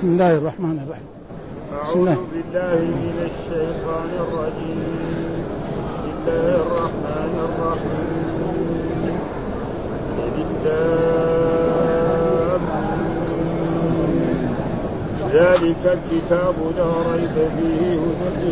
بسم الله الرحمن الرحيم. أعوذ بالله من الشيطان الرجيم. بسم الله الرحمن الرحيم. ذلك الكتاب لا ريب فيه هدى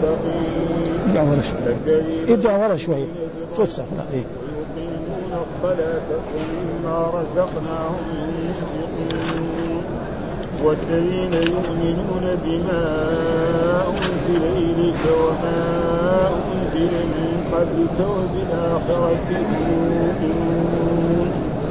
للمتقين. ارجع ورا شوي فسح. ويقيمون الصلاة ومما رزقناهم ينفقون والذين يؤمنون بما أنزل إليك وما أنزل من قبلك وبالآخرة يوقنون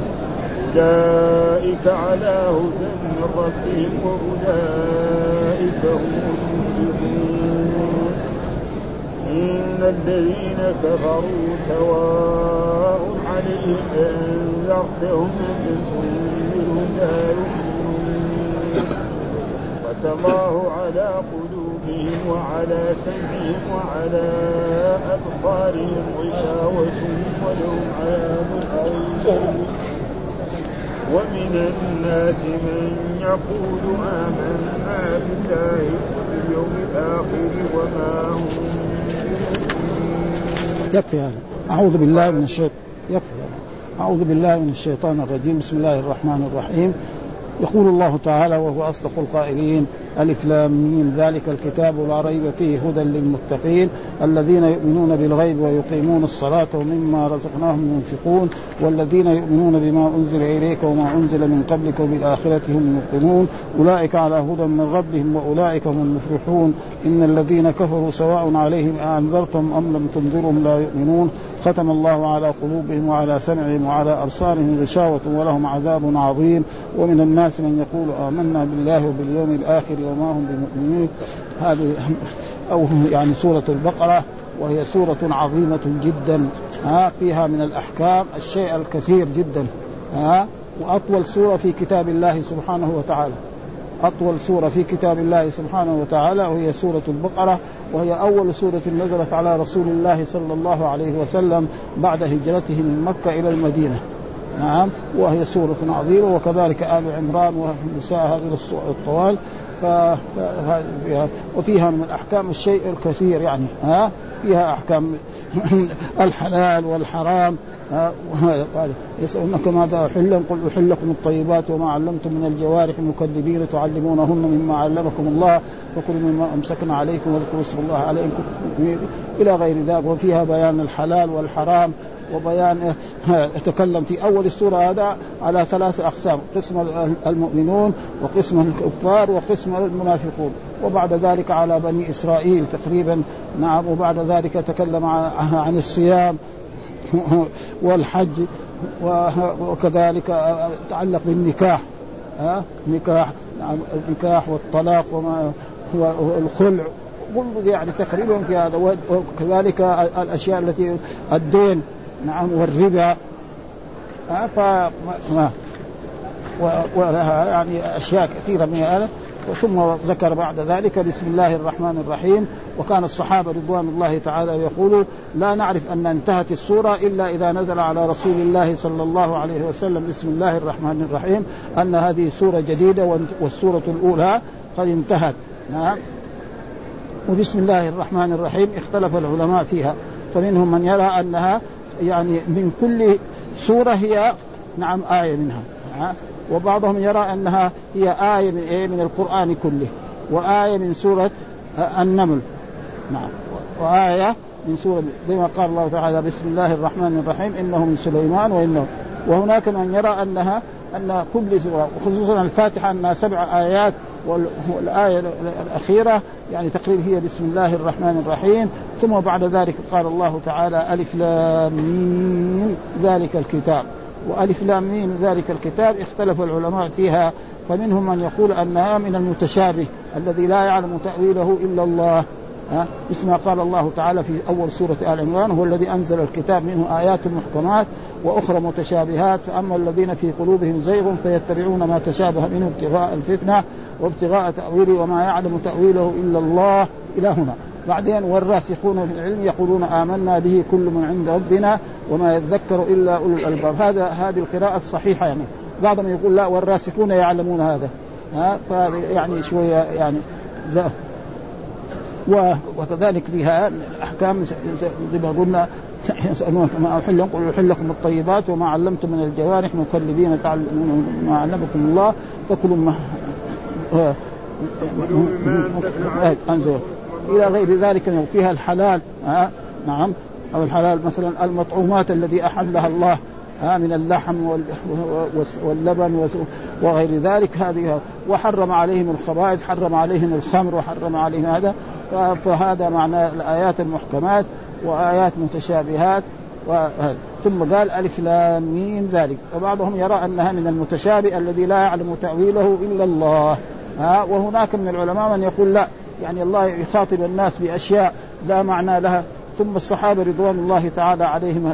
أولئك على هدى من ربهم وأولئك هم المفلحون. إن الذين كفروا سواء عليهم أنذرتهم أم تنذرهم لا يؤمنون ختم الله على قلوبهم وعلى سمعهم وعلى أبصارهم غشاوة ولهم عذاب عظيم. ومن الناس من يقول آمنا بالله واليوم الآخر وما هم يكفي هذا. أعوذ بالله من الشيطان الرجيم. بسم الله الرحمن الرحيم. يقول الله تعالى وهو أصدق القائلين: ألف لام ميم ذلك الكتاب لا ريب فيه هدى للمتقين الذين يؤمنون بالغيب ويقيمون الصلاة ومما رزقناهم ينفقون والذين يؤمنون بما أنزل إليك وما أنزل من قبلك وبالآخرة هم يوقنون أولئك على هدى من ربهم وأولئك هم المفلحون. إن الذين كفروا سواء عليهم أنذرتهم أم لم تنذرهم لا يؤمنون ختم الله على قلوبهم وعلى سمعهم وعلى أبصارهم غشاوة ولهم عذاب عظيم. ومن الناس من يقول آمنا بالله وباليوم الآخر وما هم بمؤمنين. هذه أو يعني سورة البقرة، وهي سورة عظيمة جدا فيها من الأحكام الشيء الكثير جدا وأطول سورة في كتاب الله سبحانه وتعالى. أطول سورة في كتاب الله سبحانه وتعالى وهي سورة البقرة، وهي أول سورة نزلت على رسول الله صلى الله عليه وسلم بعد هجرته من مكة إلى المدينة. نعم، وهي سورة عظيمة. وكذلك آل عمران والنساء هذه الطوال وفيها من الأحكام الشيء الكثير يعني فيها أحكام الحلال والحرام. قال يسألونك ماذا أحل قل أحل لكم الطيبات وما علمتم من الجوارح مكذبين تعلمونهن مما علمكم الله وكلوا مما أمسكنا عليكم واذكروا اسم الله عليكم إلى غير ذلك. وفيها بيان الحلال والحرام وبيان يتكلم في أول السورة هذا على 3 أقسام: قسم المؤمنون وقسم الكفار وقسم المنافقون، وبعد ذلك على بني إسرائيل تقريبا. نعم، وبعد ذلك تكلم عن الصيام والحج وكذلك تعلق بالنكاح النكاح والطلاق والخلع يعني تقريبا في هذا. وكذلك الأشياء التي الدين نعم والربا ولها يعني أشياء كثيرة من هذا. ثم ذكر بعد ذلك بسم الله الرحمن الرحيم. وكان الصحابة رضوان الله تعالى يقولوا لا نعرف أن انتهت السورة إلا إذا نزل على رسول الله صلى الله عليه وسلم بسم الله الرحمن الرحيم أن هذه سورة جديدة والسورة الأولى قد انتهت. نعم. وبسم الله الرحمن الرحيم اختلف العلماء فيها، فمنهم من يرى أنها يعني من كل سورة هي نعم آية منها، وبعضهم يرى أنها هي آية من القرآن كله، وآية من سورة النمل، نعم، وآية من سورة زي ما قال الله تعالى بسم الله الرحمن الرحيم إنه من سليمان وإنه. وهناك من يرى أن كل سورة وخصوصا الفاتحة أنها 7 آيات، والآية الأخيرة يعني تقريبا هي بسم الله الرحمن الرحيم. ثم بعد ذلك قال الله تعالى ألف لام ميم ذلك الكتاب. وألف لام ميم ذلك الكتاب اختلف العلماء فيها، فمنهم من يقول أنها من المتشابه الذي لا يعلم تأويله إلا الله، مثل ما قال الله تعالى في أول سورة آل عمران هو الذي أنزل الكتاب منه آيات محكمات وأخرى متشابهات فأما الذين في قلوبهم زيغ فيتبعون ما تشابه منه ابتغاء الفتنة وابتغاء تأويله وما يعلم تأويله إلا الله إلى هنا. بعدين والراسخون في العلم يقولون آمنا به كل من عند ربنا وما يذكر إلا أولو الألباب. هذه القراءة الصحيحة يعني. بعضهم يقول لا والراسخون يعلمون هذا، فهذا يعني شوية يعني ذا. وكذلك فيها أحكام زي ما قلنا يسألونك ما أحل قل أحل لكم الطيبات وما علمتم من الجوارح مكلبين تعلمون ما علمكم الله فكلوا ما أنزل إلى غير ذلك. فيها الحلال نعم أو الحلال مثلا المطعومات الذي أحلها الله من اللحم واللبن وغير ذلك هذه. وحرم عليهم الخبائث حرم عليهم الخمر وحرم عليهم هذا. فهذا معنى الآيات المحكمات وآيات متشابهات. ثم قال ألف لام ميم ذلك. وبعضهم يرى أنها من المتشابه الذي لا يعلم تأويله إلا الله. وهناك من العلماء من يقول لا يعني الله يخاطب الناس بأشياء لا معنى لها. ثم الصحابة رضوان الله تعالى عليهم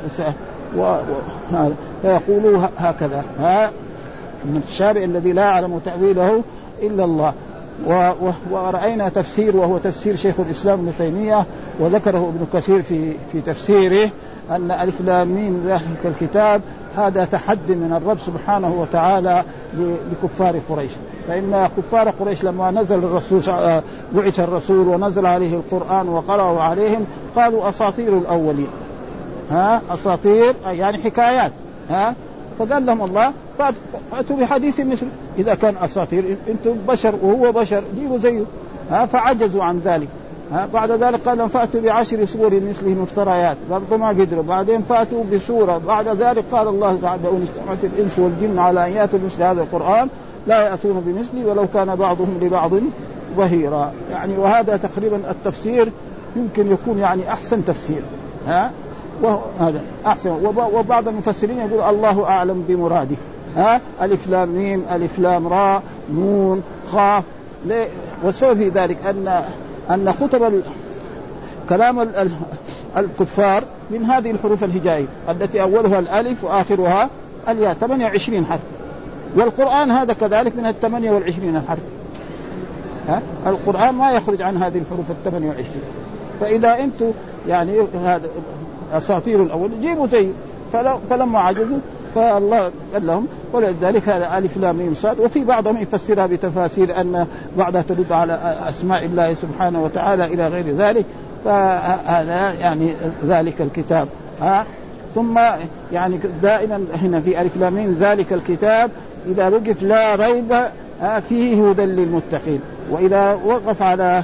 فيقولوا هكذا المتشابه الذي لا يعلم تأويله إلا الله. ورأينا تفسير وهو تفسير شيخ الإسلام ابن تيمية وذكره ابن كثير في تفسيره أن ألف لام ميم ذلك الكتاب هذا تحدي من الرب سبحانه وتعالى لكفار قريش. فإن كفار قريش لما نزل الرسول بعث الرسول ونزل عليه القرآن وقرأوا عليهم قالوا أساطير الأولين أساطير يعني حكايات فقال لهم الله فأتوا بحديث مثل إذا كان أساطير أنتم بشر وهو بشر جيبوا زيه فعجزوا عن ذلك. بعد ذلك قال لهم فأتوا بعشر سور مثله مفتريات برضو ما قدروا. بعدين فأتوا بسورة. بعد ذلك قال الله تعالى إن اجتمعت الإنس والجن على أن يأتوا بمثل هذا القرآن لا يأتون بمثله ولو كان بعضهم لبعض ظهيرا. يعني وهذا تقريبا التفسير يمكن يكون يعني أحسن تفسير وهذا أحسن. وبعض المفسرين يقول الله أعلم بمراده ألف لام ميم ألف لام را نون خاف. والسبب في ذلك أن خطب كلام الكفار من هذه الحروف الهجائية التي أولها الألف وآخرها الياء 28 حرف. والقرآن هذا كذلك من 28 حرف. القرآن ما يخرج عن هذه الحروف 28. فإذا أنتم يعني هذا أساطير الأول جيبوا زي فلما عجزوا فالله قال لهم ولذلك هذا ألف لام ميم صاد. وفي بعضهم يفسرها بتفاسير أن بعضها تدل على أسماء الله سبحانه وتعالى إلى غير ذلك. فهذا يعني ذلك الكتاب ثم يعني دائما هنا في ألف لام ميم ذلك الكتاب إذا وقف لا ريب فيه هدى للمتقين. وإذا وقف على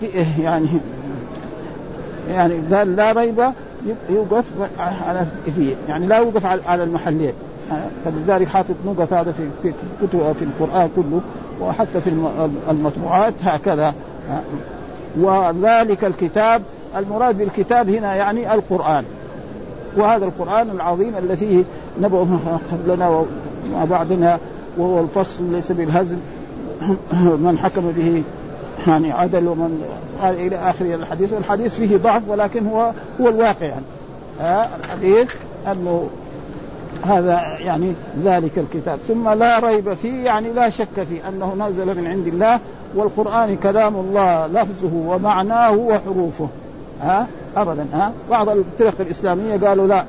يعني قال لا ريب يوقف على فيه يعني لا يوقف على المحلين. فلذلك حاطط نقط هذا في كتب في القرآن كله وحتى في المطبوعات هكذا. وذلك الكتاب المراد بالكتاب هنا يعني القرآن. وهذا القرآن العظيم الذي نبأ قبلنا وما بعدنا وهو الفصل ليس بالهزل من حكم به يعني عدل ومن قال إلى آخر الحديث. والحديث فيه ضعف ولكن هو الواقع يعني الحديث أنه هذا يعني ذلك الكتاب. ثم لا ريب فيه يعني لا شك فيه أنه نزل من عند الله. والقرآن كلام الله لفظه ومعناه وحروفه أبدا. بعض الفرق الإسلامية قالوا لا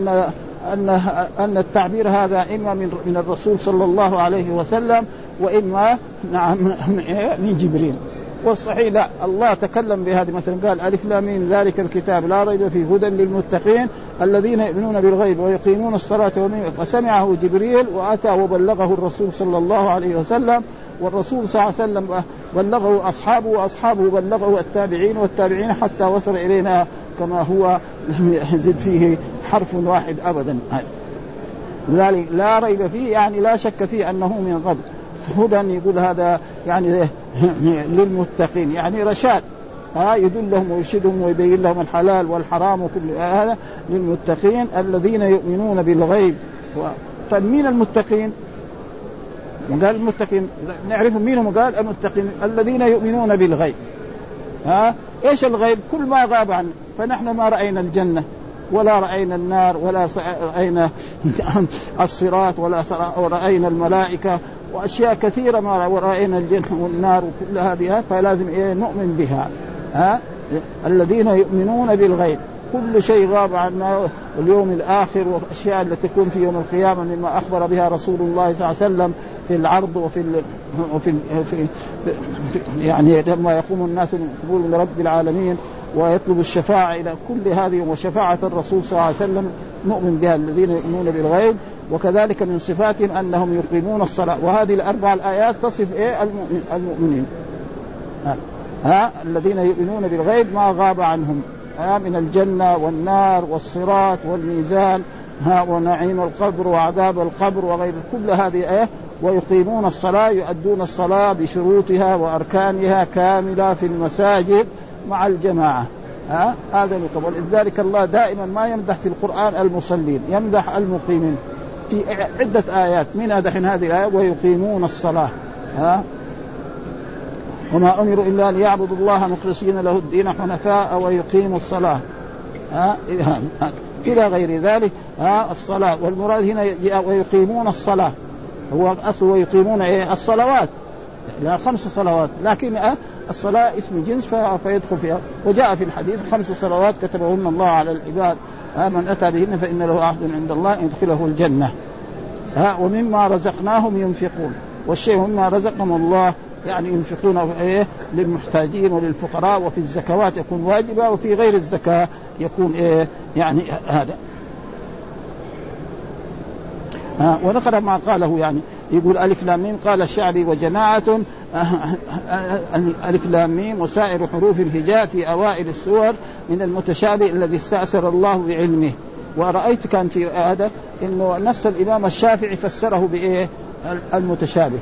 أن التعبير هذا إما من الرسول صلى الله عليه وسلم وإما نعم من جبريل. والصحيح لا الله تكلم بهذه مثلا قال ألف لام ميم ذلك الكتاب لا ريب فيه هدى للمتقين الذين يؤمنون بالغيب ويقيمون الصلاة فسمعه جبريل وأتى وبلغه الرسول صلى الله عليه وسلم. والرسول صلى الله عليه وسلم بلغه أصحابه وأصحابه بلغه التابعين والتابعين حتى وصل إلينا كما هو لم يزد فيه حرف واحد أبدا. لذلك لا ريب فيه يعني لا شك فيه أنه من قبل. هدى يقول هذا يعني للمتقين يعني رشاد يدلهم ويرشدهم ويبين لهم الحلال والحرام وكل هذا للمتقين الذين يؤمنون بالغيب. طيب مين المتقين؟ قال المتقين نعرف مين هم. قال المتقين الذين يؤمنون بالغيب. ايش الغيب؟ كل ما غاب عنه. فنحن ما رأينا الجنة ولا رأينا النار ولا رأينا الصراط ولا رأينا الملائكة وأشياء كثيرة ما رأينا الجنة والنار وكل هذه. فلازم نؤمن بها. الذين يؤمنون بالغيب كل شيء غاب عنا، واليوم الآخر والأشياء التي تكون في يوم القيامة مما أخبر بها رسول الله صلى الله عليه وسلم في العرض وفي يعني لما يقوم الناس من رب العالمين ويطلب الشفاعة إلى كل هذه، وشفاعة الرسول صلى الله عليه وسلم نؤمن بها الذين يؤمنون بالغيب. وكذلك من صفاتهم أنهم يقيمون الصلاة. وهذه الأربع الآيات تصف المؤمنين الذين يؤمنون بالغيب ما غاب عنهم من الجنة والنار والصراط والميزان ونعيم القبر وعذاب القبر وغير كل هذه ويقيمون الصلاة يؤدون الصلاة بشروطها وأركانها كاملة في المساجد مع الجماعة. هذا يقبل. لذلك الله دائما ما يمدح في القرآن المصلين، يمدح المقيمين في عدة آيات. من هذه الآية ويقيمون الصلاة وما أمروا إلا ليعبدوا الله مخلصين له الدين حنفاء ويقيموا الصلاة إلى غير ذلك. الصلاة والمراد هنا ويقيمون الصلاة هو أصل ويقيمون الصلوات، لا 5 صلوات، لكن الصلاة اسم جنس فيدخل فيها. وجاء في الحديث 5 صلوات كتبهن الله على العباد من أتى بهن فإن له عهد عند الله يدخله الجنة. ومما رزقناهم ينفقون، والشيء مما رزقهم الله يعني ينفقون للمحتاجين وللفقراء، وفي الزكوات يكون واجبة وفي غير الزكاة يكون يعني هذا. ونقرأ ما قاله يعني يقول ألف لام ميم قال الشعبي وجماعة ألف لام ميم وسائر حروف الهجاء في أوائل السور من المتشابه الذي استأثر الله بعلمه. ورأيت كان في هذا إنه نص الإمام الشافعي فسره بإيه المتشابه،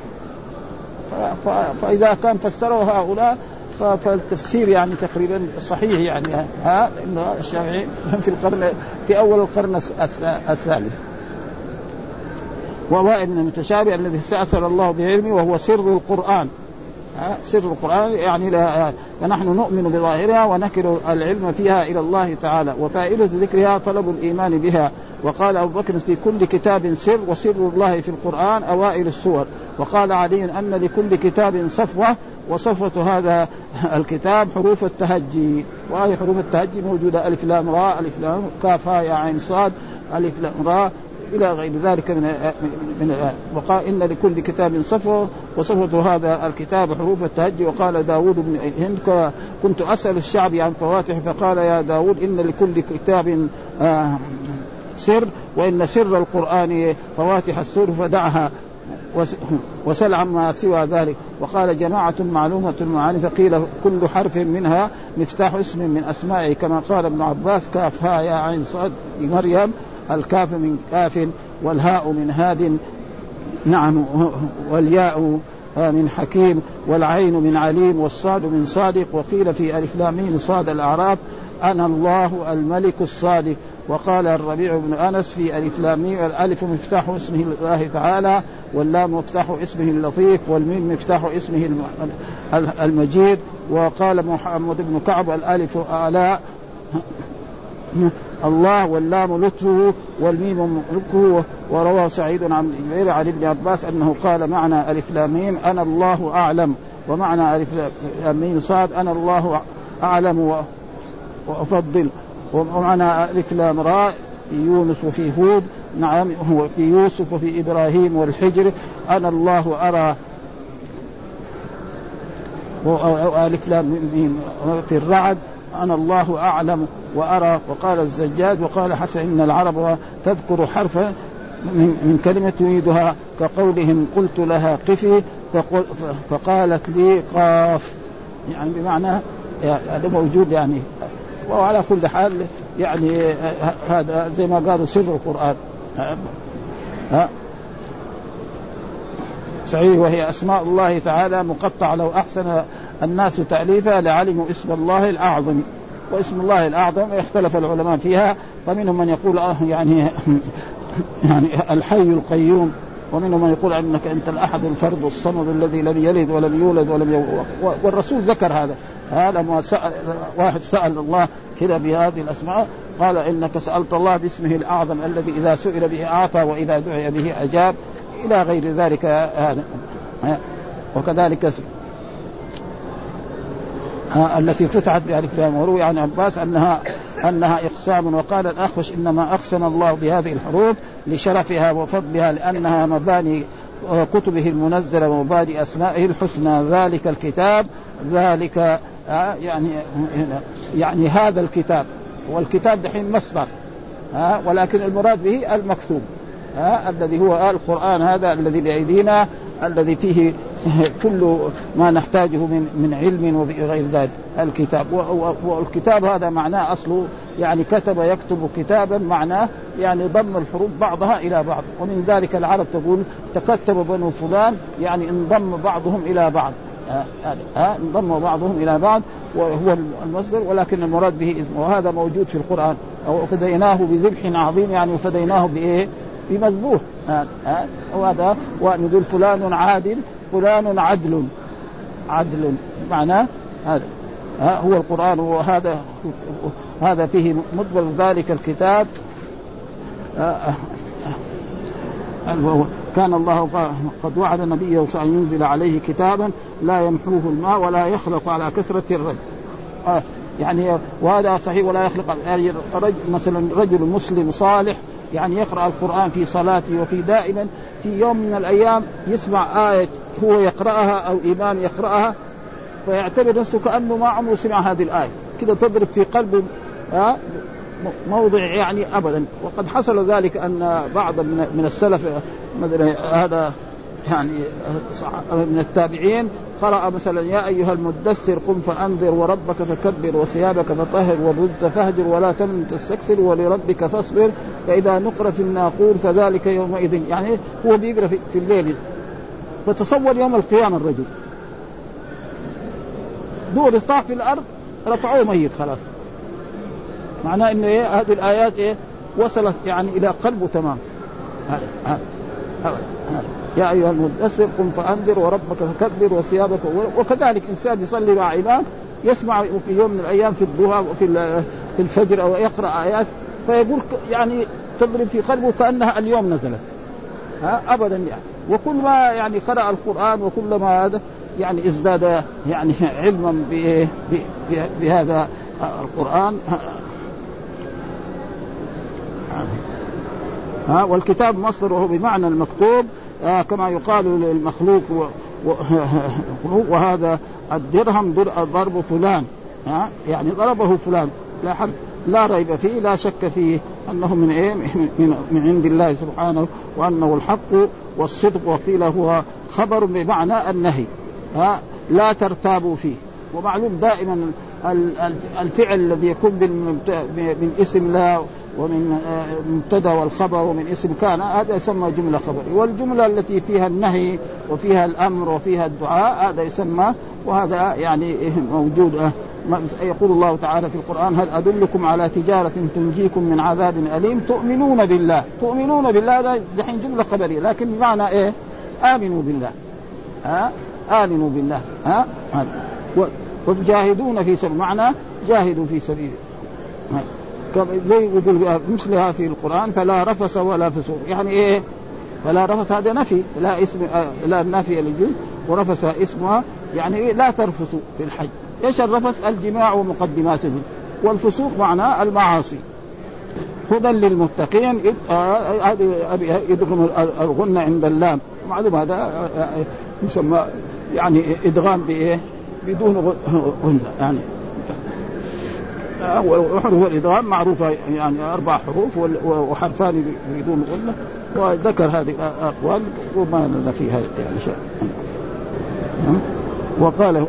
فإذا كان فسره هؤلاء فالتفسير يعني تقريبا صحيح يعني إنه الشافعي في أول القرن الثالث. ووائل من المتشابه الذي استأثر الله بعلمه وهو سر القرآن. سر القرآن يعني ونحن نؤمن بظاهرها ونكر العلم فيها إلى الله تعالى، وفائدة ذكرها طلب الإيمان بها. وقال أبو بكر في كل كتاب سر، وسر الله في القرآن أوائل السور. وقال علي أن لكل كتاب صفوة، وصفوة هذا الكتاب حروف التهجي، وهذه حروف التهجي موجودة ألف لام راء ألف لام كاف هاء يا عين صاد ألف لام راء إلى غير ذلك من وقال إن لكل كتاب صفوة، وصفوة هذا الكتاب حروف التهجي. وقال داود بن هند كنت أسأل الشعبي عن فواتح فقال يا داود إن لكل كتاب سر، وإن سر القرآن فواتح السور فدعها وسل عما سوى ذلك. وقال جماعة معلومة المعاني فقيل كل حرف منها مفتاح اسم من أسمائه، كما قال ابن عباس كاف ها يا عين صاد مريم، الكاف من كاف والهاء من هاد نعم، والياء من حكيم، والعين من عليم، والصاد من صادق. وقيل في ألف لام ميم صاد الأعراف أنا الله الملك الصادق. وقال الربيع بن أنس في ألف لام ميم الألف مفتاح اسمه الله تعالى، واللام مفتاح اسمه اللطيف، والميم مفتاح اسمه المجيد. وقال محمد بن كعب الألف آلاء الله، واللام لطفه، والميم ملكه. وروى سعيد عن ابن عباس أنه قال معنى ألف لام ميم أنا الله أعلم، ومعنى ألف لام ميم صاد أنا الله أعلم وأفضل، ومعنى ألف لام راء في يونس وفي هود نعم هو في يوسف وفي إبراهيم والحجر أنا الله أرى، وألف لام ميم في الرعد أنا الله أعلم وأرى. وقال الزجاج وقال حسن إن العرب تذكر حرفا من كلمة تريدها كقولهم قلت لها قفي فقالت لي قاف، يعني بمعنى هذا موجود يعني. وعلى كل حال يعني هذا زي ما قالوا سر القرآن صحيح، وهي أسماء الله تعالى مقطع لو أحسن الناس تأليفها لعلموا اسم الله الأعظم. واسم الله الأعظم اختلف العلماء فيها، فمنهم من يقول يعني الحي القيوم، ومنهم من يقول أنك أنت الأحد الفرد الصمد الذي لم يلد ولم يولد والرسول ذكر هذا. لما واحد سأل الله كذا بهذه الأسماء قال إنك سألت الله باسمه الأعظم الذي إذا سئل به أعطى وإذا دعي به أجاب إلى غير ذلك هذا. وكذلك التي فتحت بألف لام، وروي عن عباس أنها أنها إقسام. وقال الأخفش إنما أقسم الله بهذه الحروف لشرفها وفضلها لأنها مباني كتبه المنزلة ومبادئ أسمائه الحسنى. ذلك الكتاب، ذلك يعني هذا الكتاب، والكتاب دحين مصدر ولكن المراد به المكتوب الذي هو القرآن هذا الذي بأيدينا، الذي فيه كل ما نحتاجه من علم وغير ذلك الكتاب. والكتاب هذا معناه أصله يعني كتب يكتب كتابا، معناه يعني ضم الحروف بعضها إلى بعض. ومن ذلك العرب تقول تكتب بنو فلان، يعني انضم بعضهم إلى بعض، انضم بعضهم إلى بعض وهو المصدر، ولكن المراد به اسمه. وهذا موجود في القرآن، وفديناه بذبح عظيم، يعني وفديناه بإيه؟ بمذبوح. وهذا ونقول فلان عادل، فلان عدل، عدل معناه هذا هو القرآن. وهذا فيه مطبل ذلك الكتاب. كان الله قد وعد نبيه أن ينزل عليه كتابا لا يمحوه الماء ولا يخلق على كثرة الرجل. يعني وهذا صحيح، ولا يخلق مثلا رجل مسلم صالح يعني يقرأ القرآن في صلاته وفي دائما في يوم من الأيام يسمع آية هو يقرأها أو إمام يقرأها فيعتبر نفسه كأنه ما عمره سمع هذه الآية، كده تضرب في قلبه موضع يعني أبدا. وقد حصل ذلك أن بعض من السلف مثلا هذا يعني من التابعين قرأ مثلا يا أيها المدثر قم فأنذر وربك فكبر وثيابك فطهر والرجز فاهجر ولا تمن تستكثر ولربك فاصبر فإذا نقر في الناقور فذلك يومئذ. يعني هو بيقرأ في الليل، فتصور يوم القيامة الرجل دور طاح في الأرض رفعوه ميت خلاص، معناه إنه هذه الآيات وصلت يعني إلى قلبه تمام. يا أيها المدثر قم فأنذر وربك فكبر وثيابك. وكذلك إنسان يصلي مع إمام يسمع في يوم من الأيام في الضحى وفي في الفجر أو يقرأ آيات فيقول يعني تضرب في قلبه كأنها اليوم نزلت أبدا يعني. وكل ما يعني قرأ القرآن وكل ما هذا يعني ازداد يعني علما بهذا القرآن. والكتاب مصدر وهو بمعنى المكتوب كما يقال للمخلوق وهذا الدرهم ضرب فلان يعني ضربه فلان لا ريب فيه لا شك فيه أنه من عند الله سبحانه وأنه الحق والصدق. وقيل هو خبر بمعنى النهي لا ترتابوا فيه. ومعلوم دائما الفعل الذي يكون من اسم لا ومن مبتدا والخبر ومن اسم كان هذا يسمى جملة خبرية. والجملة التي فيها النهي وفيها الأمر وفيها الدعاء هذا يسمى، وهذا يعني موجود. يقول الله تعالى في القرآن هل أدلكم على تجارة تنجيكم من عذاب أليم تؤمنون بالله. تؤمنون بالله دحين جملة خبرية، لكن بمعنى إيه؟ آمنوا بالله آمنوا بالله وتجاهدون في سبيل، معنى جاهدوا في سبيله. زي يقول مثلها في القرآن فلا رفس ولا فسوق. يعني إيه فلا رفس؟ هذا نفي، لا اسم لا نافية للجنس، ورفس اسمها يعني إيه لا ترفسوا في الحج. إيش الرفس؟ الجماع ومقدماته. والفسوق معناه المعاصي. هدى للمتقين هذه يدغم الغنة عند اللام، معلوم هذا يسمى يعني إدغام بإيه بدون غنة يعني. وحروف الإدغام معروفة يعني 4 حروف وحرفان بدون غنة. وذكر هذه الأقوال وما لنا فيها يعني شيء. وقال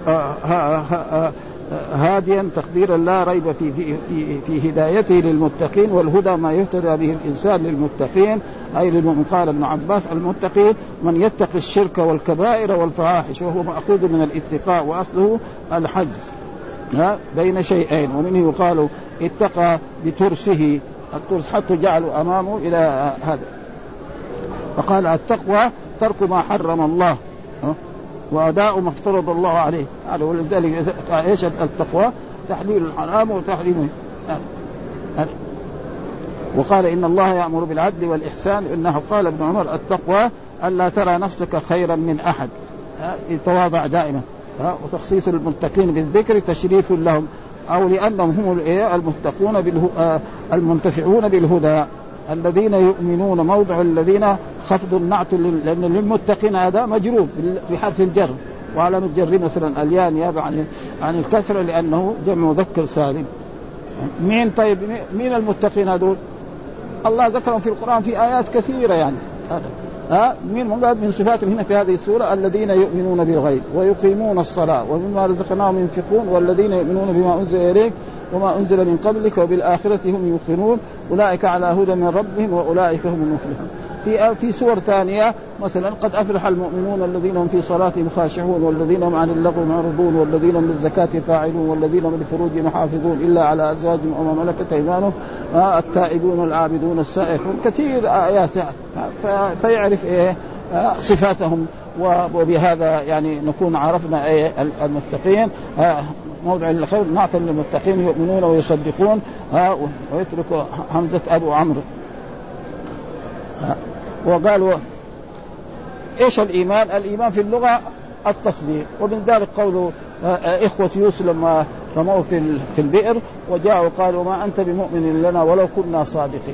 هاديا تقديرا لا ريب في هدايته للمتقين. والهدى ما يهتدى به الإنسان للمتقين أي للمؤمن. قال ابن عباس المتقي من يتقي الشرك والكبائر والفواحش، وهو مأخوذ من الاتقاء وأصله الحجز بين شيئين. ومنه يقال اتقى بترسه، الترس حتى جعلوا أمامه إلى هذا. فقال التقوى ترك ما حرم الله وأداء ما افترض الله عليه. ولذلك ايش التقوى؟ تحليل الحرام وتحريمه. وقال إن الله يأمر بالعدل والإحسان. إنه قال ابن عمر التقوى ألا ترى نفسك خيرا من أحد، يتواضع دائما. وتخصيص المتقين بالذكر تشريف لهم، أو لأنهم هم المتقون المنتفعون بالهدى الذين يؤمنون. موضع الذين خفض النعت لأن للمتقين هذا مجرور بحرف الجر، وعلى الجر مثلا الياء نيابة عن الكسر لأنه جمع مذكر سالم. مين طيب مين المتقين هذول؟ الله ذكرهم في القرآن في آيات كثيرة يعني. مين من صفاتهم هنا في هذه السورة؟ الذين يؤمنون بالغيب ويقيمون الصلاة ومما رزقناهم ينفقون والذين يؤمنون بما أنزل إليك وما أنزل من قبلك وبالآخرة هم يوقنون أولئك على هدى من ربهم وأولئك هم المفلحون. في سور ثانية مثلا قد أفلح المؤمنون الذين هم في صلاتهم خاشعون والذين هم عن اللغو معرضون والذين هم للزكاة فاعلون والذين هم لفروجهم حافظون إلا على أزواجهم وما ملكت أيمانهم التائبون والعابدون السائحون. كثير آيات فيعرف صفاتهم، وبهذا يعني نكون عرفنا المتقين. موضع الخير نعطي للمتقين يؤمنون ويصدقون ويترك همزة أبو عمرو. وقالوا إيش الإيمان؟ الإيمان في اللغة التصديق، ومن ذلك قوله إخوة يوسف لما رموا في البئر وجاءوا قالوا ما أنت بمؤمن لنا ولو كنا صادقين.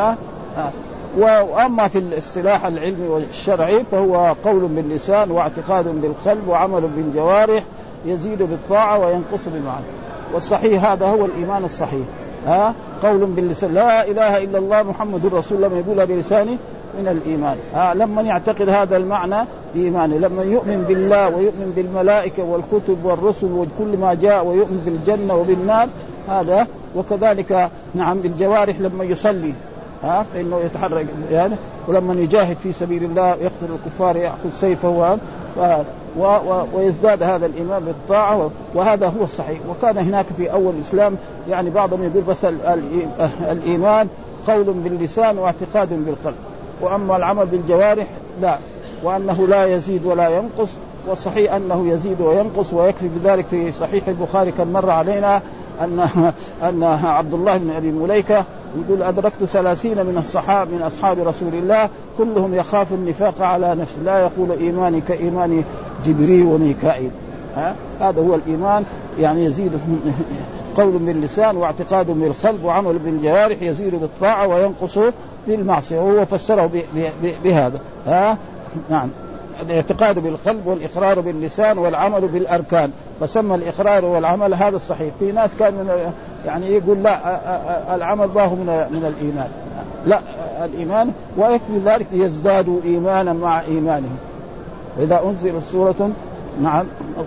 وأما في الاصطلاح العلمي والشرعي فهو قول باللسان واعتقاد بالقلب وعمل بالجوارح يزيد بالطاعة وينقص بالمعنى. والصحيح هذا هو الإيمان الصحيح، قول باللسان لا إله إلا الله محمد رسول الله يقولها بلسانه من الإيمان. لما يعتقد هذا المعنى بإيمانه، لما يؤمن بالله ويؤمن بالملائكة والكتب والرسل وكل ما جاء ويؤمن بالجنة وبالنار هذا. وكذلك نعم بالجوارح لما يصلي فإنه يتحرك يعني، ولما يجاهد في سبيل الله يقتل الكفار يأخذ سيفه ويزداد هذا الإيمان بالطاعة. وهذا هو الصحيح. وكان هناك في أول الإسلام يعني بعضهم يقول بس الإيمان قول باللسان واعتقاد بالقلب، وأما العمل بالجوارح لا، وأنه لا يزيد ولا ينقص. والصحيح أنه يزيد وينقص. ويكفي بذلك في صحيح البخاري كان مر علينا أن عبد الله بن أبي مليكة يقول أدركت 30 من أصحاب رسول الله كلهم يخاف النفاق على نفسه لا يقول إيماني كإيمان جبريل وميكائيل. هذا هو الإيمان يعني يزيد قول باللسان واعتقاد بالقلب وعمل بالجوارح يزيد بالطاعة وينقص بالمعصية. وهو فسره بهذا نعم الاعتقاد بالقلب والإقرار باللسان والعمل بالأركان. فسمى الإقرار والعمل هذا الصحيح. في ناس كان يعني يقول لا العمل ما هو من الإيمان، لا الإيمان. ويكفي ذلك يزدادوا إيمانا مع إيمانهم. وإذا أنزلت سورة نعم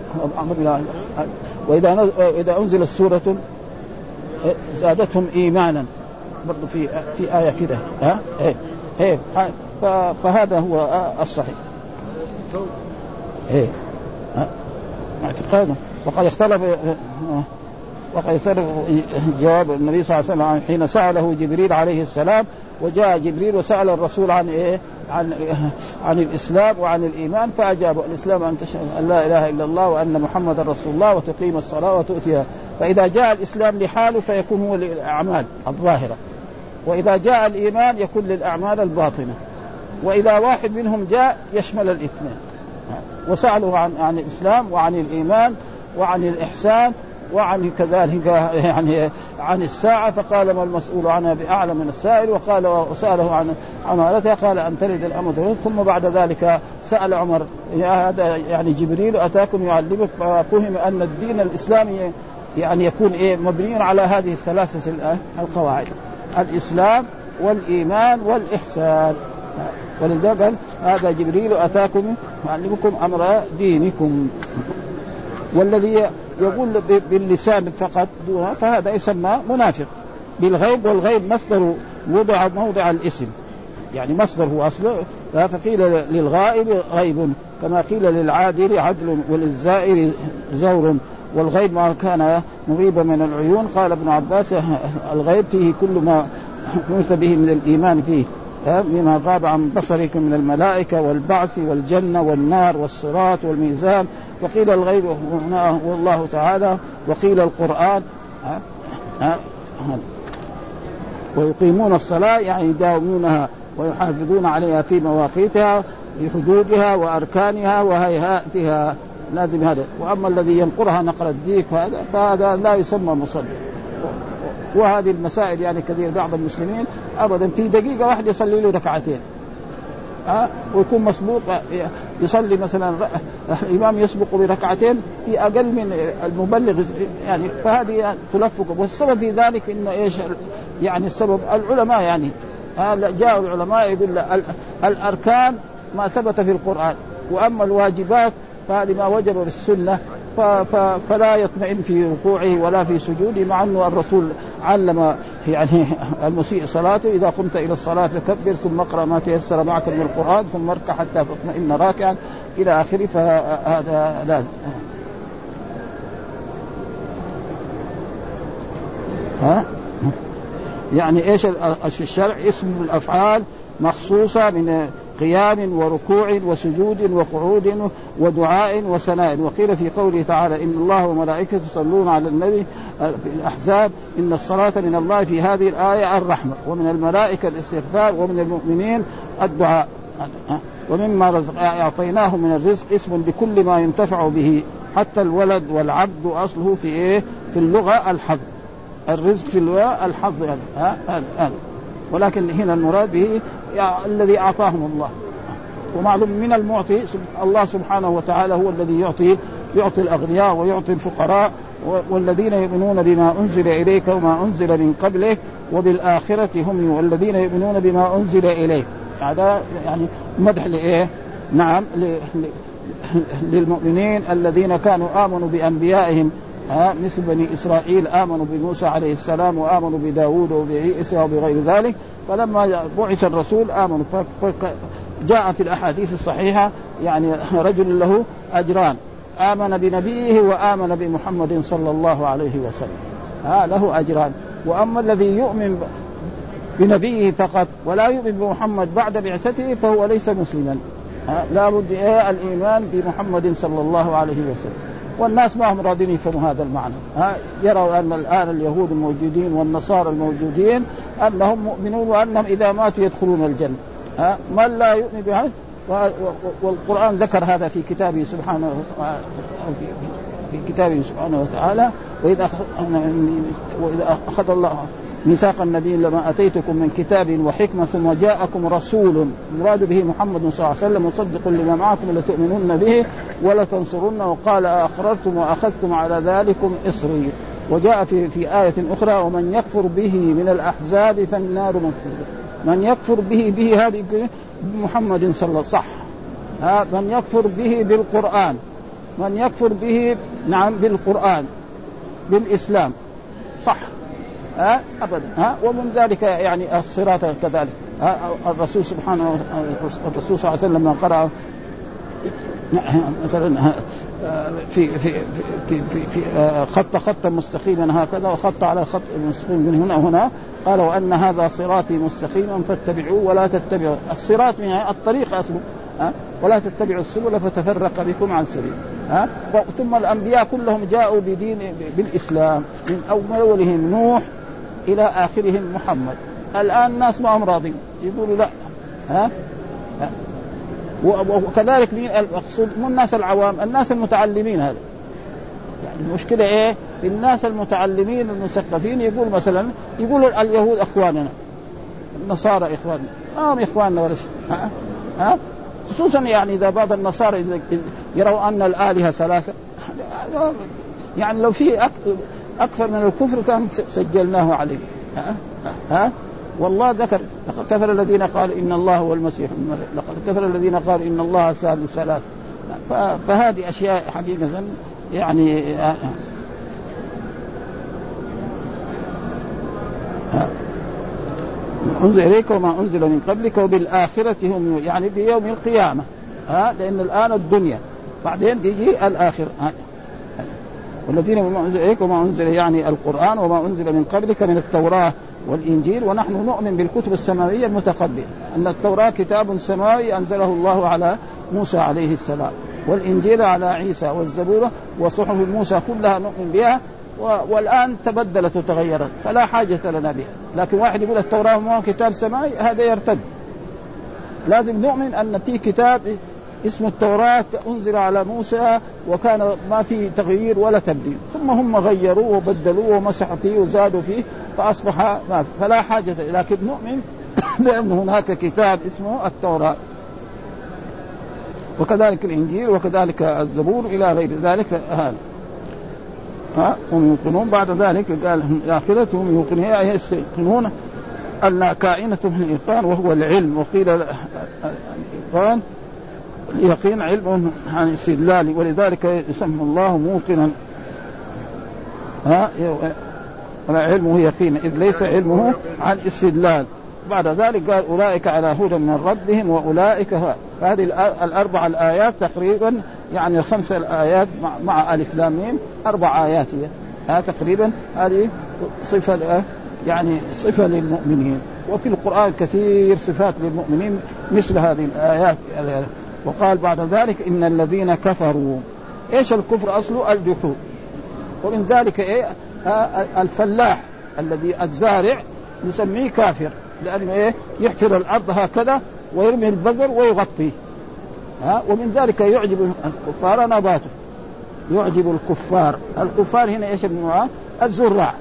وإذا أنزلت سورة زادتهم إيمانا برضو في آية كده فهذا هو الصحيح اعتقاده. وقد اختلف جواب النبي صلى الله عليه وسلم حين سأله جبريل عليه السلام. وجاء جبريل وسأل الرسول عن عن الإسلام وعن الإيمان فأجاب الإسلام أن تشهد أن لا إله إلا الله وأن محمد رسول الله وتقيم الصلاة وتؤتيها. فإذا جاء الإسلام لحاله فيكون هو للأعمال الظاهرة، وإذا جاء الإيمان يكون للأعمال الباطنة، وإذا واحد منهم جاء يشمل الاثنين. وسألوا عن الإسلام وعن الإيمان وعن الإحسان وعن كذلك يعني عن الساعة فقال ما المسؤول عنها بأعلم من السائل. وقال وسأله عن عمارتها قال أن تلد الأمة. ثم بعد ذلك سأل عمر هذا يعني جبريل أتاكم يعلمك. ففهم أن الدين الإسلامي يعني يكون مبني على هذه الثلاثة القواعد الإسلام والإيمان والإحسان. ولذلك قال هذا جبريل أتاكم يعلمكم أمر دينكم. والذي يقول باللسان فقط دونه فهذا يسمى منافق بالغيب. والغيب مصدر وضع موضع الاسم يعني مصدر هو أصله. فقيل للغائب غيب كما قيل للعادل عدل وللزائر زور. والغيب ما كان مغيبا من العيون. قال ابن عباس الغيب فيه كل ما أمرت به من الإيمان فيه بما غاب عن بصرك من الملائكة والبعث والجنة والنار والصراط والميزان. وقيل الغيب هنا هو الله تعالى. وقيل القرآن ويقيمون الصلاة يعني يداومونها ويحافظون عليها في مواقيتها بحدودها وأركانها وهيئاتها لازم هذا. وأما الذي ينقرها نقر الديك فهذا لا يسمى مصلي. وهذه المسائل يعني كثير بعض المسلمين أبدا في دقيقة واحدة يصلي له ركعتين ويكون مسبوق يصلي مثلا الإمام يسبق بركعتين في أقل من المبلغ يعني. فهذه تلفق. والسبب في ذلك إنه إيش يعني السبب العلماء يعني جاء العلماء يقول الأركان ما ثبت في القرآن، وأما الواجبات فهذه ما وجب بالسنة فلا يطمئن في ركوعه ولا في سجوده، مع أنه الرسول علم يعني المسيء صلاته إذا قمت إلى الصلاة فكبر ثم اقرأ ما تيسر معك من القرآن ثم اركع حتى تطمئن راكعا إلى آخره. فهذا لازم. يعني إيش الشرع؟ اسم الأفعال مخصوصة من قيام وركوع وسجود وقعود ودعاء وثناء. وقيل في قوله تعالى إن الله وملائكته يصلون على النبي في الأحزاب إن الصلاة من الله في هذه الآية الرحمة، ومن الملائكة الاستغفار، ومن المؤمنين الدعاء. ومما أعطيناه من الرزق اسم لكل ما ينتفع به، حتى الولد والعبد أصله في إيه؟ في اللغة الحظ. الرزق في اللغة الحظ هذا. ولكن هنا المراد به الذي أعطاهم الله. ومعلوم من المعطي الله سبحانه وتعالى هو الذي يعطي الأغنياء ويعطي الفقراء. والذين يؤمنون بما أنزل إليك وما أنزل من قبلك وبالآخرة هم، والذين يؤمنون بما أنزل إليك. هذا يعني مدح لإيه؟ نعم للمؤمنين الذين كانوا آمنوا بأنبيائهم مثل بني إسرائيل آمنوا بموسى عليه السلام وآمنوا بداود وبعيسى وبغير ذلك. فلما بعث الرسول آمنوا. جاء في الأحاديث الصحيحة يعني رجل له أجران، آمن بنبيه وآمن بمحمد صلى الله عليه وسلم، له أجران. وأما الذي يؤمن بنبيه فقط ولا يؤمن بمحمد بعد بعثته فهو ليس مسلما. لا بد الإيمان بمحمد صلى الله عليه وسلم. والناس ما هم راضين يفهموا هذا المعنى. يروا أن الآن اليهود الموجودين والنصارى الموجودين أنهم مؤمنون وأنهم إذا ماتوا يدخلون الجنة. من لا يؤمن بها. والقرآن ذكر هذا في كتابه سبحانه وتعالى وإذا أخذ الله ميثاق النبي لما أتيتكم من كتاب وحكمة ثم جاءكم رسول مراد به محمد صلى الله عليه وسلم مصدق لما معكم لتؤمنون به ولتنصرن وقال أقررتم وأخذتم على ذلكم إصري. وجاء في آية أخرى ومن يكفر به من الأحزاب فالنار مثواه. من يكفر به هذه محمد صلى الله عليه وسلم صح. من يكفر به بالقرآن، من يكفر به نعم بالقرآن بالإسلام صح أبدا. ومن ذلك يعني الصراط كذلك. الرسول سبحانه الرسول صلى الله عليه وسلم لما قرأ مثلا في خط مستقيما هكذا وخط على خط مستقيم من هنا وهنا قال وأن هذا صراطي مستقيما فاتبعوه ولا تتبعوا الصراط يعني الطريق أصله ولا تتبعوا السبل فتفرق بكم عن سبيل. ثم الأنبياء كلهم جاءوا بدين بالإسلام من أولهم نوح إلى آخرهم محمد. الآن الناس ما هم راضين يقولوا لا. وكذلك مو الناس العوام، الناس المتعلمين. هذا يعني المشكلة إيه؟ الناس المتعلمين المثقفين يقول مثلا يقولوا اليهود أخواننا، النصارى إخواننا، هم إخواننا ولا شيء. خصوصا يعني إذا بعض النصارى يروا أن الآلهة ثلاثة، يعني لو في أكثر من الكفر كان سجلناه عليه. والله ذكر لقد كفر الذين قالوا إن الله هو المسيح، لقد كفر الذين قالوا إن الله ثالث ثلاث. فهذه أشياء حقيقة يعني أنزل إليك وما أنزل من قبلك وبالآخرة هم، يعني بيوم القيامة. لأن الآن الدنيا بعدين تيجي الآخرة. والذين وما أنزل إليك وما أنزل يعني القرآن وما أنزل من قبلك من التوراة والإنجيل. ونحن نؤمن بالكتب السماوية المتقدمة، أن التوراة كتاب سماوي أنزله الله على موسى عليه السلام، والإنجيل على عيسى، والزبور وصحف موسى كلها نؤمن بها. والآن تبدلت وتغيرت فلا حاجة لنا بها. لكن واحد يقول التوراة ما كتاب سماوي هذا يرتد. لازم نؤمن أن في كتاب اسم التوراة أنزل على موسى وكان ما فيه تغيير ولا تبديل، ثم هم غيروه وبدلوه ومسحوا فيه وزادوا فيه فأصبح ما فلا حاجة، لكن نؤمن بأن هناك كتاب اسمه التوراة، وكذلك الإنجيل وكذلك الزبور إلى غير ذلك. هذا هم يوقنون. بعد ذلك قال الآخرة هم يوقنون أن كائنة من الإيقان وهو العلم، وقيل الإيقان اليقين علم عن الاستدلال، ولذلك يسمى الله موقنا علمه يقين إذ ليس علمه عن استدلال. بعد ذلك قال أولئك على هدى من ربهم وأولئك هذه الأربع الآيات تقريبا يعني الخمس الآيات مع ألف لام ميم 4 آيات تقريبا. هذه صفة يعني صفة للمؤمنين، وفي القرآن كثير صفات للمؤمنين مثل هذه الآيات. وقال بعد ذلك إن الذين كفروا، إيش الكفر أصله؟ الجحود. ومن ذلك الفلاح الذي الزارع نسميه كافر، لأنه يحفر الأرض هكذا ويرمي البذر ويغطيه. ومن ذلك يعجب الكفار نباته، يعجب الكفار هنا إيش المعنى؟ الزراع.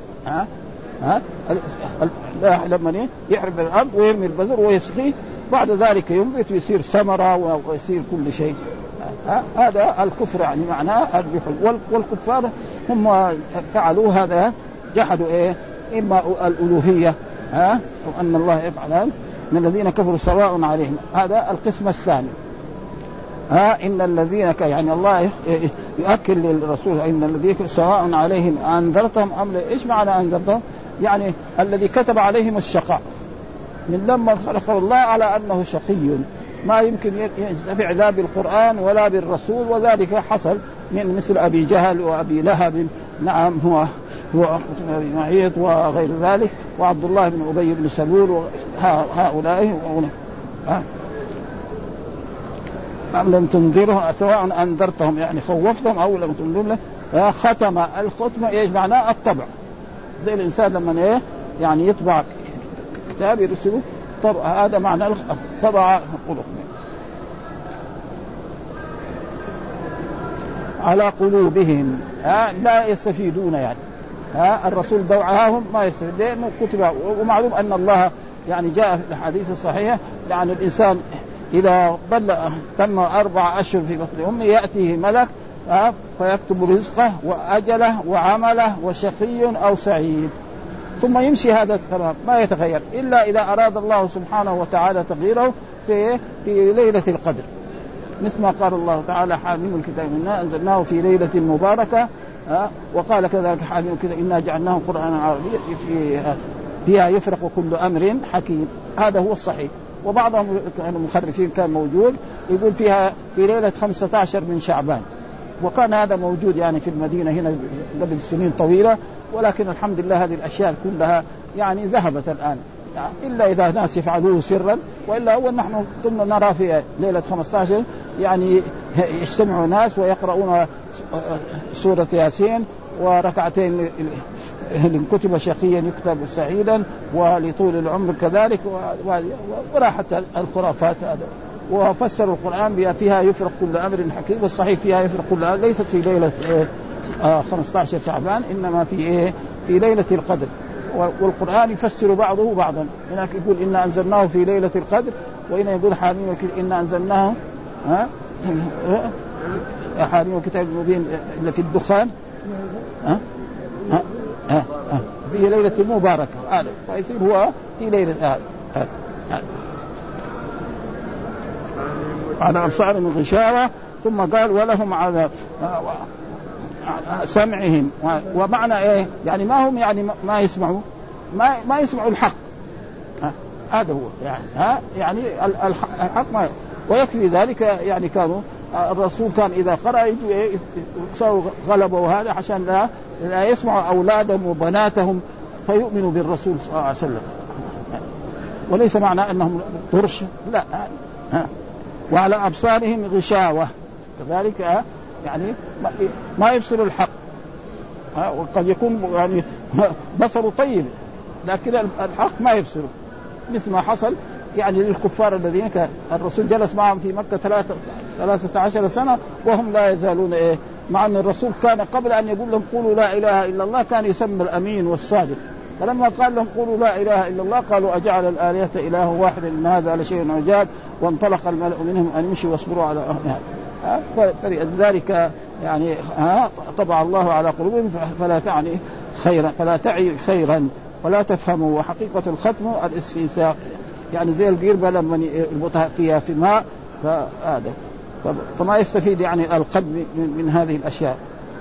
لما يحرب الأرض ويرمي البذر ويسقيه، بعد ذلك ينبت ويصير ثمرة ويصير كل شيء. هذا الكفر يعني معناه الجحود. والكفار هم فعلوا هذا، جحدوا إما الألوهية وأن الله يفعل هذا، إن الذين كفروا سواء عليهم. هذا القسم الثاني. إن الذين يعني الله يؤكد للرسول إن الذين سواء عليهم أنذرتهم أم لا. إيش معنى أنذرتهم؟ يعني الذي كتب عليهم الشقاء من لما خلقه الله على أنه شقي، ما يمكن ينتفع لا بالقرآن ولا بالرسول، وذلك حصل من مثل أبي جهل وأبي لهب، نعم هو أبي معيط وغير ذلك، وعبد الله بن أبي بن سلول، هؤلاء أم لم تنذره سواء أنذرتهم يعني خوفتهم أو لم تنذر له. ختم الختم إيش معناه؟ الطبع، زي الإنسان لما يعني يطبع كتاب يرسله طبع، هذا معنى طبع قلوب على قلوبهم لا يستفيدون. يعني الرسول دوعاهم ما يستفيد لأنه كتب. ومعلوم أن الله يعني جاء في الحديث الصحيح يعني الإنسان إذا تم 4 أشهر في بطن أمه يأتيه ملك فيكتب رزقه وأجله وعمله وشقي أو سعيد، ثم يمشي هذا الكلام ما يتغير إلا إذا أراد الله سبحانه وتعالى تغييره في ليلة القدر، مثل ما قال الله تعالى حاميم الكتاب إنا أنزلناه في ليلة مباركة. وقال كذلك حاميم الكتاب إنا جعلناه قرآنا عربيا فيها يفرق كل أمر حكيم. هذا هو الصحيح. وبعضهم المخرفين كان موجود يقول فيها في ليلة 15 من شعبان، وكان هذا موجود يعني في المدينة هنا قبل سنين طويلة، ولكن الحمد لله هذه الأشياء كلها يعني ذهبت الآن، يعني إلا إذا ناس يفعلوه سرا، وإلا هو نحن كنا نرى في ليلة 15 يعني يجتمع ناس ويقرؤون سورة ياسين وركعتين إن كتب شقيا يكتب سعيدا ولطول العمر كذلك، وراحت الخرافات هذا. وفسر القرآن بها فيها يفرق كل أمر حكيم، والصحيح فيها يفرق كل أمر، ليست في ليلة 15 شعبان إنما في في ليلة القدر. والقرآن يفسر بعضه بعضا، هناك يقول إنا أنزلناه في ليلة القدر، وإنا يقول حاميم إنا أنزلناه حاميم الكتاب المبين إلا في الدخان في ليلة مباركة. هذا فيصير هو في ليلة على أبصار من غشاوة. ثم قال ولهم على سمعهم. ومعنى إيه؟ يعني ما هم يعني ما يسمعوا ما يسمعوا الحق. هذا هو يعني الحق ما. ويكفي ذلك يعني كانوا الرسول كان إذا قرأ يكسروا غلبه وهذا عشان لا يسمعوا أولادهم وبناتهم فيؤمنوا بالرسول صلى الله عليه وسلم، وليس معنى أنهم طرش لا. وعلى أبصارهم غشاوة كذلك يعني ما يبصر الحق. وقد يكون يعني بصره طيب لكن الحق ما يبصره، مثل ما حصل يعني للكفار الذين كان الرسول جلس معهم في مكة 13 سنة وهم لا يزالون إيه، مع أن الرسول كان قبل أن يقول لهم قولوا لا إله إلا الله كان يسمى الأمين والصادق، فلما قال لهم قولوا لا إله إلا الله قالوا أجعل الآلهة إله واحد إن هذا لشيء عجاب، وانطلق الملأ منهم أن يمشوا واصبروا على فلذلك يعني طبع الله على قلوبهم فلا تعني خيرا، فلا تعي خيرا ولا تفهموا. وحقيقة الختم الاستنساق، يعني زي القربة لما يربطها فيها في ماء فهذا، فما يستفيد يعني القلب من هذه الأشياء.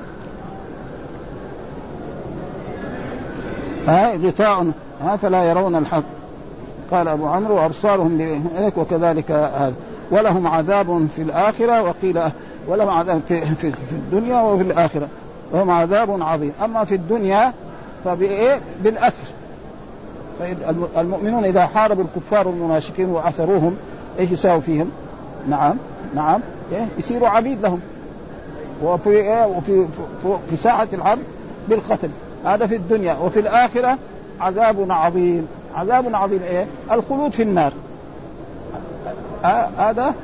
غطاء فلا يرون الحق، قال أبو عمرو وأبصارهم بهلك وكذلك هذا. ولهم عذاب في الآخرة، وقيل ولهم عذاب في الدنيا وفي الآخرة، وهم عذاب عظيم. أما في الدنيا فبإيه؟ بالأسر. المؤمنون إذا حاربوا الكفار والمنافقين وأسروهم إيش يساوي فيهم؟ نعم يصيروا عبيد لهم، وفي ساعة الحرب بالقتل. هذا في الدنيا. وفي الآخرة عذاب عظيم. عذاب عظيم إيه؟ الخلود في النار. هذا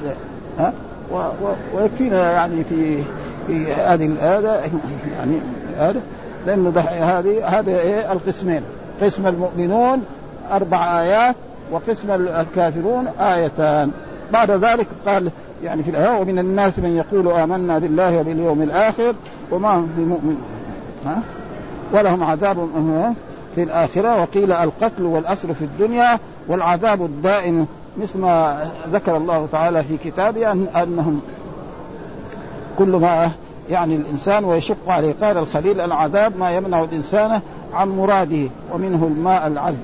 ويكفينا يعني في هذه الآية يعني هذا، لأنه هذا إيه؟ القسمين، قسم المؤمنون 4 آيات وقسم الكافرون آيتان. بعد ذلك قال يعني في الآية ومن الناس من يقول آمنا بالله وباليوم الآخر وما هم بمؤمن ولهم عذاب في الآخرة. وقيل القتل والأسر في الدنيا والعذاب الدائم، مثل ما ذكر الله تعالى في كتابه أنهم كل ما يعني الإنسان ويشق عليه. قال الخليل العذاب ما يمنع الإنسان عن مراده ومنه الماء العذب.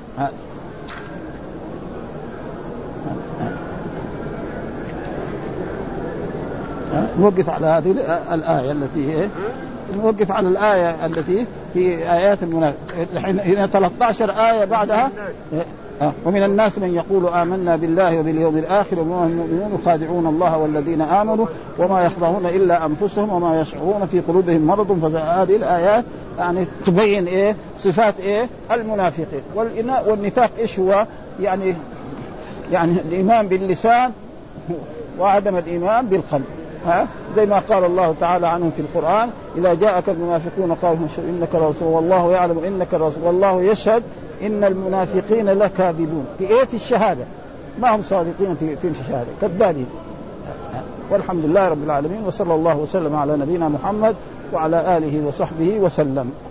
نوقف على هذه الآية التي نوقف على الآية التي في آيات المنافقين. هنا 13 آية بعدها ومن الناس من يقول آمنا بالله وباليوم الآخر وما هم مؤمنون يخادعون الله والذين آمنوا وما يخدعون إلا أنفسهم وما يشعرون في قلوبهم مرض. فهذه الآيات يعني تبين إيه؟ صفات إيه؟ المنافقين. والنفاق إيش هو؟ يعني الإيمان باللسان وعدم الإيمان بالقلب. زي ما قال الله تعالى عنهم في القرآن إذا جاءك المنافقون قالوا إنك رسول والله يعلم إنك رسول والله يشهد إن المنافقين لكاذبون. في إيه؟ في الشهادة، ما هم صادقين في الشهادة، كذابين. والحمد لله رب العالمين، وصلى الله وسلم على نبينا محمد وعلى آله وصحبه وسلم.